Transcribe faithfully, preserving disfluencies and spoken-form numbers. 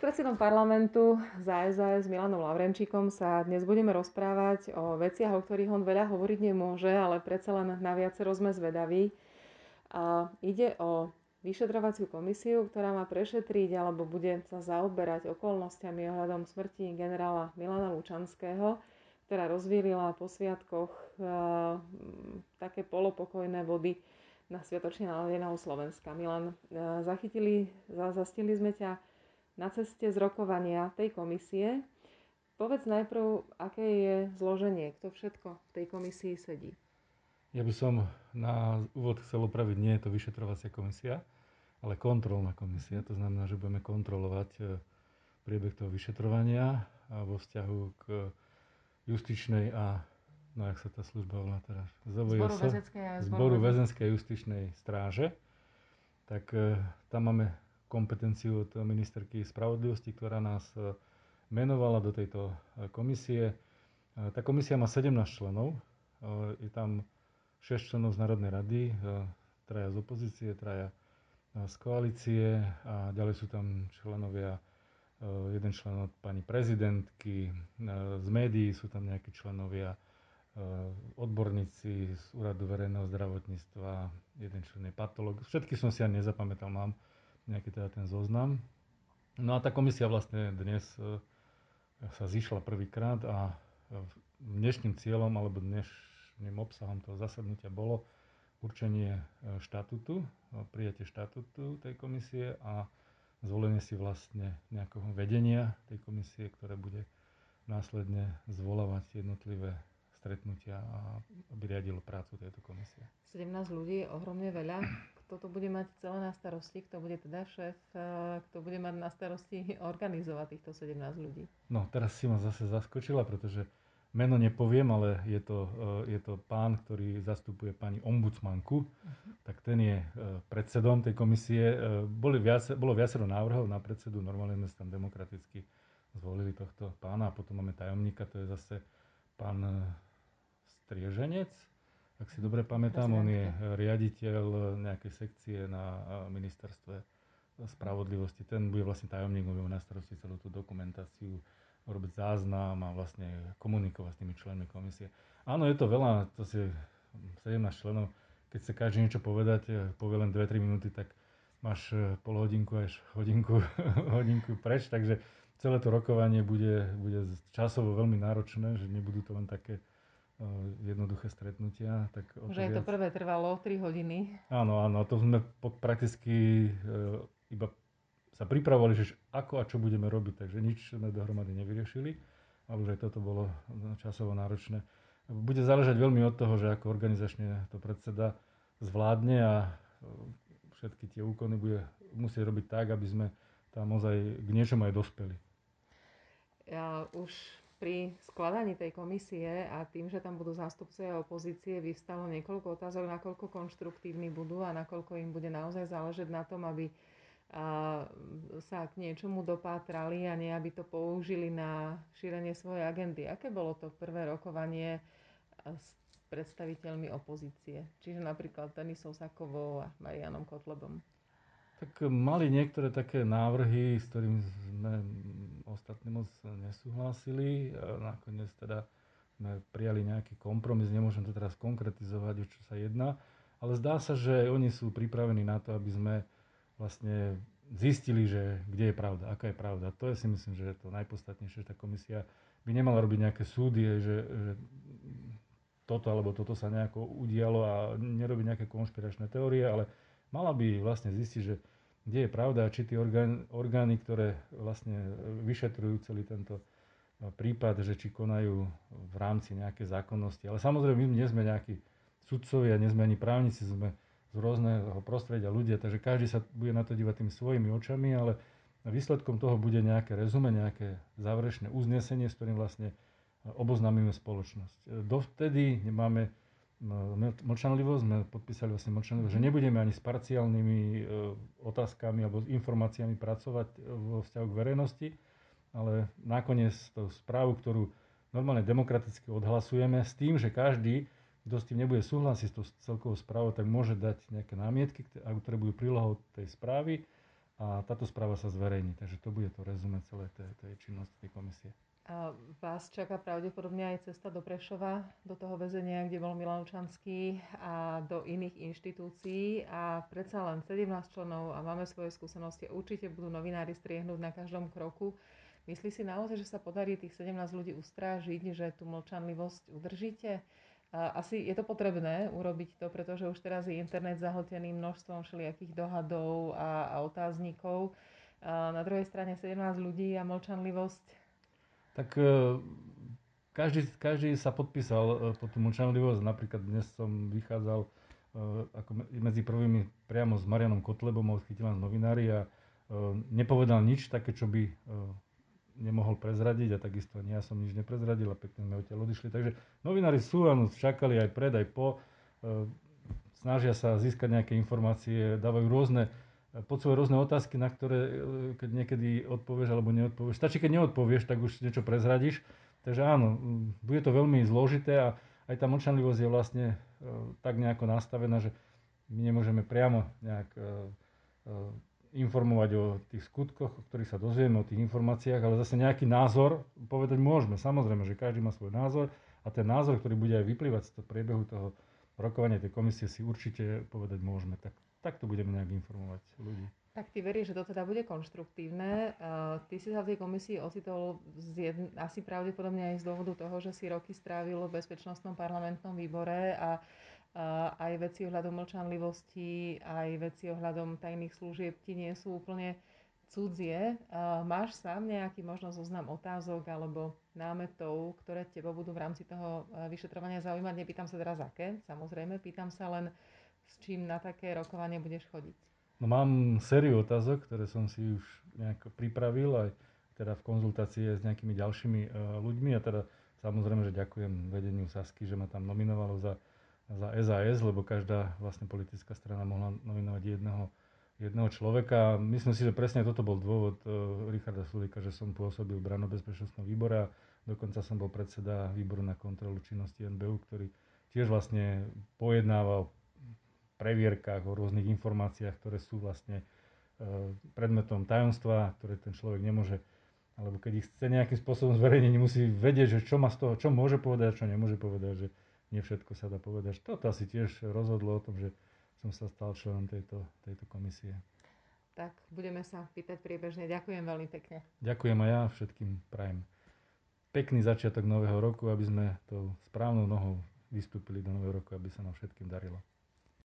Podpredsedom parlamentu za es a es Milanom Lavrenčíkom sa dnes budeme rozprávať o veciach, o ktorých on veľa hovoriť nemôže, ale predsa len na viacero sme zvedaví. A ide o vyšetrovaciu komisiu, ktorá má prešetriť alebo bude sa zaoberať okolnostiami ohľadom smrti generála Milana Lučanského, ktorá rozvírila po sviatkoch e, také polopokojné vody na sviatočne naladeného Slovenska. Milan, e, zachytili, zastihli sme ťa na ceste z rokovania tej komisie. Povedz najprv, aké je zloženie, kto všetko v tej komisii sedí. Ja by som na úvod chcel opraviť, nie je to vyšetrovacia komisia, ale kontrolná komisia. To znamená, že budeme kontrolovať priebeh toho vyšetrovania a vo vzťahu k justičnej a, no jak sa tá služba volá teraz? Zboru väzenskej a Zboru väzenskej justičnej stráže. Tak tam máme kompetenciu od ministerky spravodlivosti, ktorá nás menovala do tejto komisie. Tá komisia má sedemnásť členov. Je tam šesť členov z Národnej rady, traja z opozície, traja z koalície a ďalej sú tam členovia, jeden člen od pani prezidentky, z médií sú tam nejakí členovia, odborníci z Úradu verejného zdravotníctva, jeden člen je patológ. Všetky som si ani nezapamätal, mám nejaký teda ten zoznam. No a tá komisia vlastne dnes sa zišla prvýkrát a dnešným cieľom alebo dnešným obsahom toho zasadnutia bolo určenie štatútu, prijatie štatútu tej komisie a zvolenie si vlastne nejakého vedenia tej komisie, ktoré bude následne zvolávať jednotlivé stretnutia a aby riadilo prácu tejto komisie. sedemnásť ľudí je ohromne veľa. Kto to bude mať celé na starosti? Kto bude teda šéf? Kto bude mať na starosti organizovať týchto sedemnásť ľudí? No, teraz si ma zase zaskočila, pretože meno nepoviem, ale je to, je to pán, ktorý zastupuje pani ombudsmanku. Uh-huh. Tak ten je predsedom tej komisie. Boli viac, bolo viacero návrhov na predsedu. Normálne sme tam demokraticky zvolili tohto pána. A potom máme tajomníka, to je zase pán Strieženec. Ak si dobre pamätám, on je riaditeľ nejakej sekcie na ministerstve spravodlivosti. Ten bude vlastne tajomník, bude na starosti celú tú dokumentáciu, robiť záznam a vlastne komunikovať s tými členmi komisie. Áno, je to veľa, to si sedemnásť členov. Keď sa každý niečo povedať, povie len dve tri minúty, tak máš pol hodinku až hodinku, hodinku preč. Takže celé to rokovanie bude, bude časovo veľmi náročné, že nebudú to len také jednoduché stretnutia. Tak Už aj to prvé trvalo tri hodiny. Áno, áno, to sme prakticky iba sa pripravovali, že ako a čo budeme robiť, takže nič sme dohromady nevyriešili, ale už aj toto bolo časovo náročné. Bude záležať veľmi od toho, že ako organizačne to predseda zvládne a všetky tie úkony bude musieť robiť tak, aby sme tam ozaj k niečomu aj dospeli. Ja už pri skladaní tej komisie a tým, že tam budú zástupcovia opozície, vyvstalo niekoľko otázok, nakoľko konštruktívni budú a nakoľko im bude naozaj záležať na tom, aby a sa k niečomu dopátrali a nie aby to použili na šírenie svojej agendy. Aké bolo to prvé rokovanie s predstaviteľmi opozície? Čiže napríklad Denisou Sakovou a Marianom Kotlebom. Tak mali niektoré také návrhy, s ktorými sme ostatní moc nesúhlasili. Nakoniec teda sme prijali nejaký kompromis, nemôžem to teraz konkretizovať, o čo sa jedná, ale zdá sa, že oni sú pripravení na to, aby sme vlastne zistili, že kde je pravda, aká je pravda. To je si myslím, že je to najpodstatnejšie, že tá komisia by nemala robiť nejaké súdy, že, že toto alebo toto sa nejako udialo a nerobiť nejaké konšpiračné teórie, ale mala by vlastne zistiť, že kde je pravda a či tie orgány, orgány, ktoré vlastne vyšetrujú celý tento prípad, že či konajú v rámci nejaké zákonnosti. Ale samozrejme, my nie sme nejakí sudcovia, nie sme ani právnici, sme z rôzneho prostredia ľudia, takže každý sa bude na to dívať tými svojimi očami, ale výsledkom toho bude nejaké rezume, nejaké záverečné uznesenie, s ktorým vlastne oboznámime spoločnosť. Dovtedy máme mlčanlivosť, sme podpísali vlastne mlčanlivosť, že nebudeme ani s parciálnymi otázkami alebo s informáciami pracovať vo vzťahu k verejnosti, ale nakoniec tú správu, ktorú normálne demokraticky odhlasujeme, s tým, že každý, kto s tým nebude súhlasiť s tou celkovou správou, tak môže dať nejaké námietky, ktoré budú prílohou tej správy a táto správa sa zverejní. Takže to bude to rezume celej tej, tej činnosti tej komisie. A vás čaká pravdepodobne aj cesta do Prešova, do toho väzenia, kde bol Milan Lučanský, a do iných inštitúcií, a predsa len sedemnásť členov a máme svoje skúsenosti. Určite budú novinári striehnúť na každom kroku. Myslí si naozaj, že sa podarí tých sedemnásť ľudí ustrážiť, že tú mlčanlivosť udržíte? Asi je to potrebné urobiť to, pretože už teraz je internet zahltený množstvom všelijakých dohadov a, a otáznikov. A na druhej strane sedemnásť ľudí a mlčanlivosť. Tak každý, každý sa podpísal pod tú mlčanlivosť. Napríklad dnes som vychádzal ako medzi prvými priamo s Marianom Kotlebom, ho chytil len novinári a nepovedal nič také, čo by nemohol prezradiť, a takisto ani ja som nič neprezradil a pekne sme odtiaľ odišli. Takže novinári sú, áno, čakali aj pred, aj po. Snažia sa získať nejaké informácie, dávajú rôzne pod svoje rôzne otázky, na ktoré keď niekedy odpovieš alebo neodpovieš. Stačí, keď neodpovieš, tak už niečo prezradíš. Takže áno, bude to veľmi zložité a aj tá mlčanlivosť je vlastne e, tak nejako nastavená, že my nemôžeme priamo nejak e, e, informovať o tých skutkoch, o ktorých sa dozvieme, o tých informáciách, ale zase nejaký názor povedať môžeme. Samozrejme, že každý má svoj názor a ten názor, ktorý bude aj vyplývať z toho priebehu toho rokovania tej komisie, si určite povedať môžeme. Tak takto budeme nejak informovať ľudí. Tak ty veríš, že to teda bude konštruktívne. Uh, ty si sa v tej komisii ocitol jedn, asi pravdepodobne aj z dôvodu toho, že si roky strávil v Bezpečnostnom parlamentnom výbore a uh, aj veci ohľadom mlčanlivosti, aj veci ohľadom tajných služieb ti nie sú úplne cudzie. Uh, máš sám nejaký možno zoznam otázok alebo námetov, ktoré teba budú v rámci toho vyšetrovania zaujímať? Nepýtam sa teraz aké, samozrejme, pýtam sa len, s čím na také rokovanie budeš chodiť. No mám sériu otázok, ktoré som si už nejak pripravil, aj teda v konzultácii s nejakými ďalšími uh, ľuďmi, a teda samozrejme, že ďakujem vedeniu Sasky, že ma tam nominovalo za, za es a es, lebo každá vlastne politická strana mohla nominovať jedného, jedného človeka. Myslím si, že presne toto bol dôvod uh, Richarda Sulíka, že som pôsobil v branno-bezpečnostnom výbore a dokonca som bol predseda výboru na kontrolu činnosti en bé ú, ktorý tiež vlastne pojednával previerkách, o rôznych informáciách, ktoré sú vlastne e, predmetom tajomstva, ktoré ten človek nemôže, alebo keď ich chce nejakým spôsobom zverejniť, musí vedieť, že čo má z toho, čo môže povedať, čo nemôže povedať, že nie všetko sa dá povedať. Toto asi tiež rozhodlo o tom, že som sa stal členom tejto, tejto komisie. Tak budeme sa pýtať priebežne. Ďakujem veľmi pekne. Ďakujem aj ja, všetkým prajem pekný začiatok nového roku, aby sme tou správnou nohou vystúpili do nového roku, aby sa nám všetkým darilo.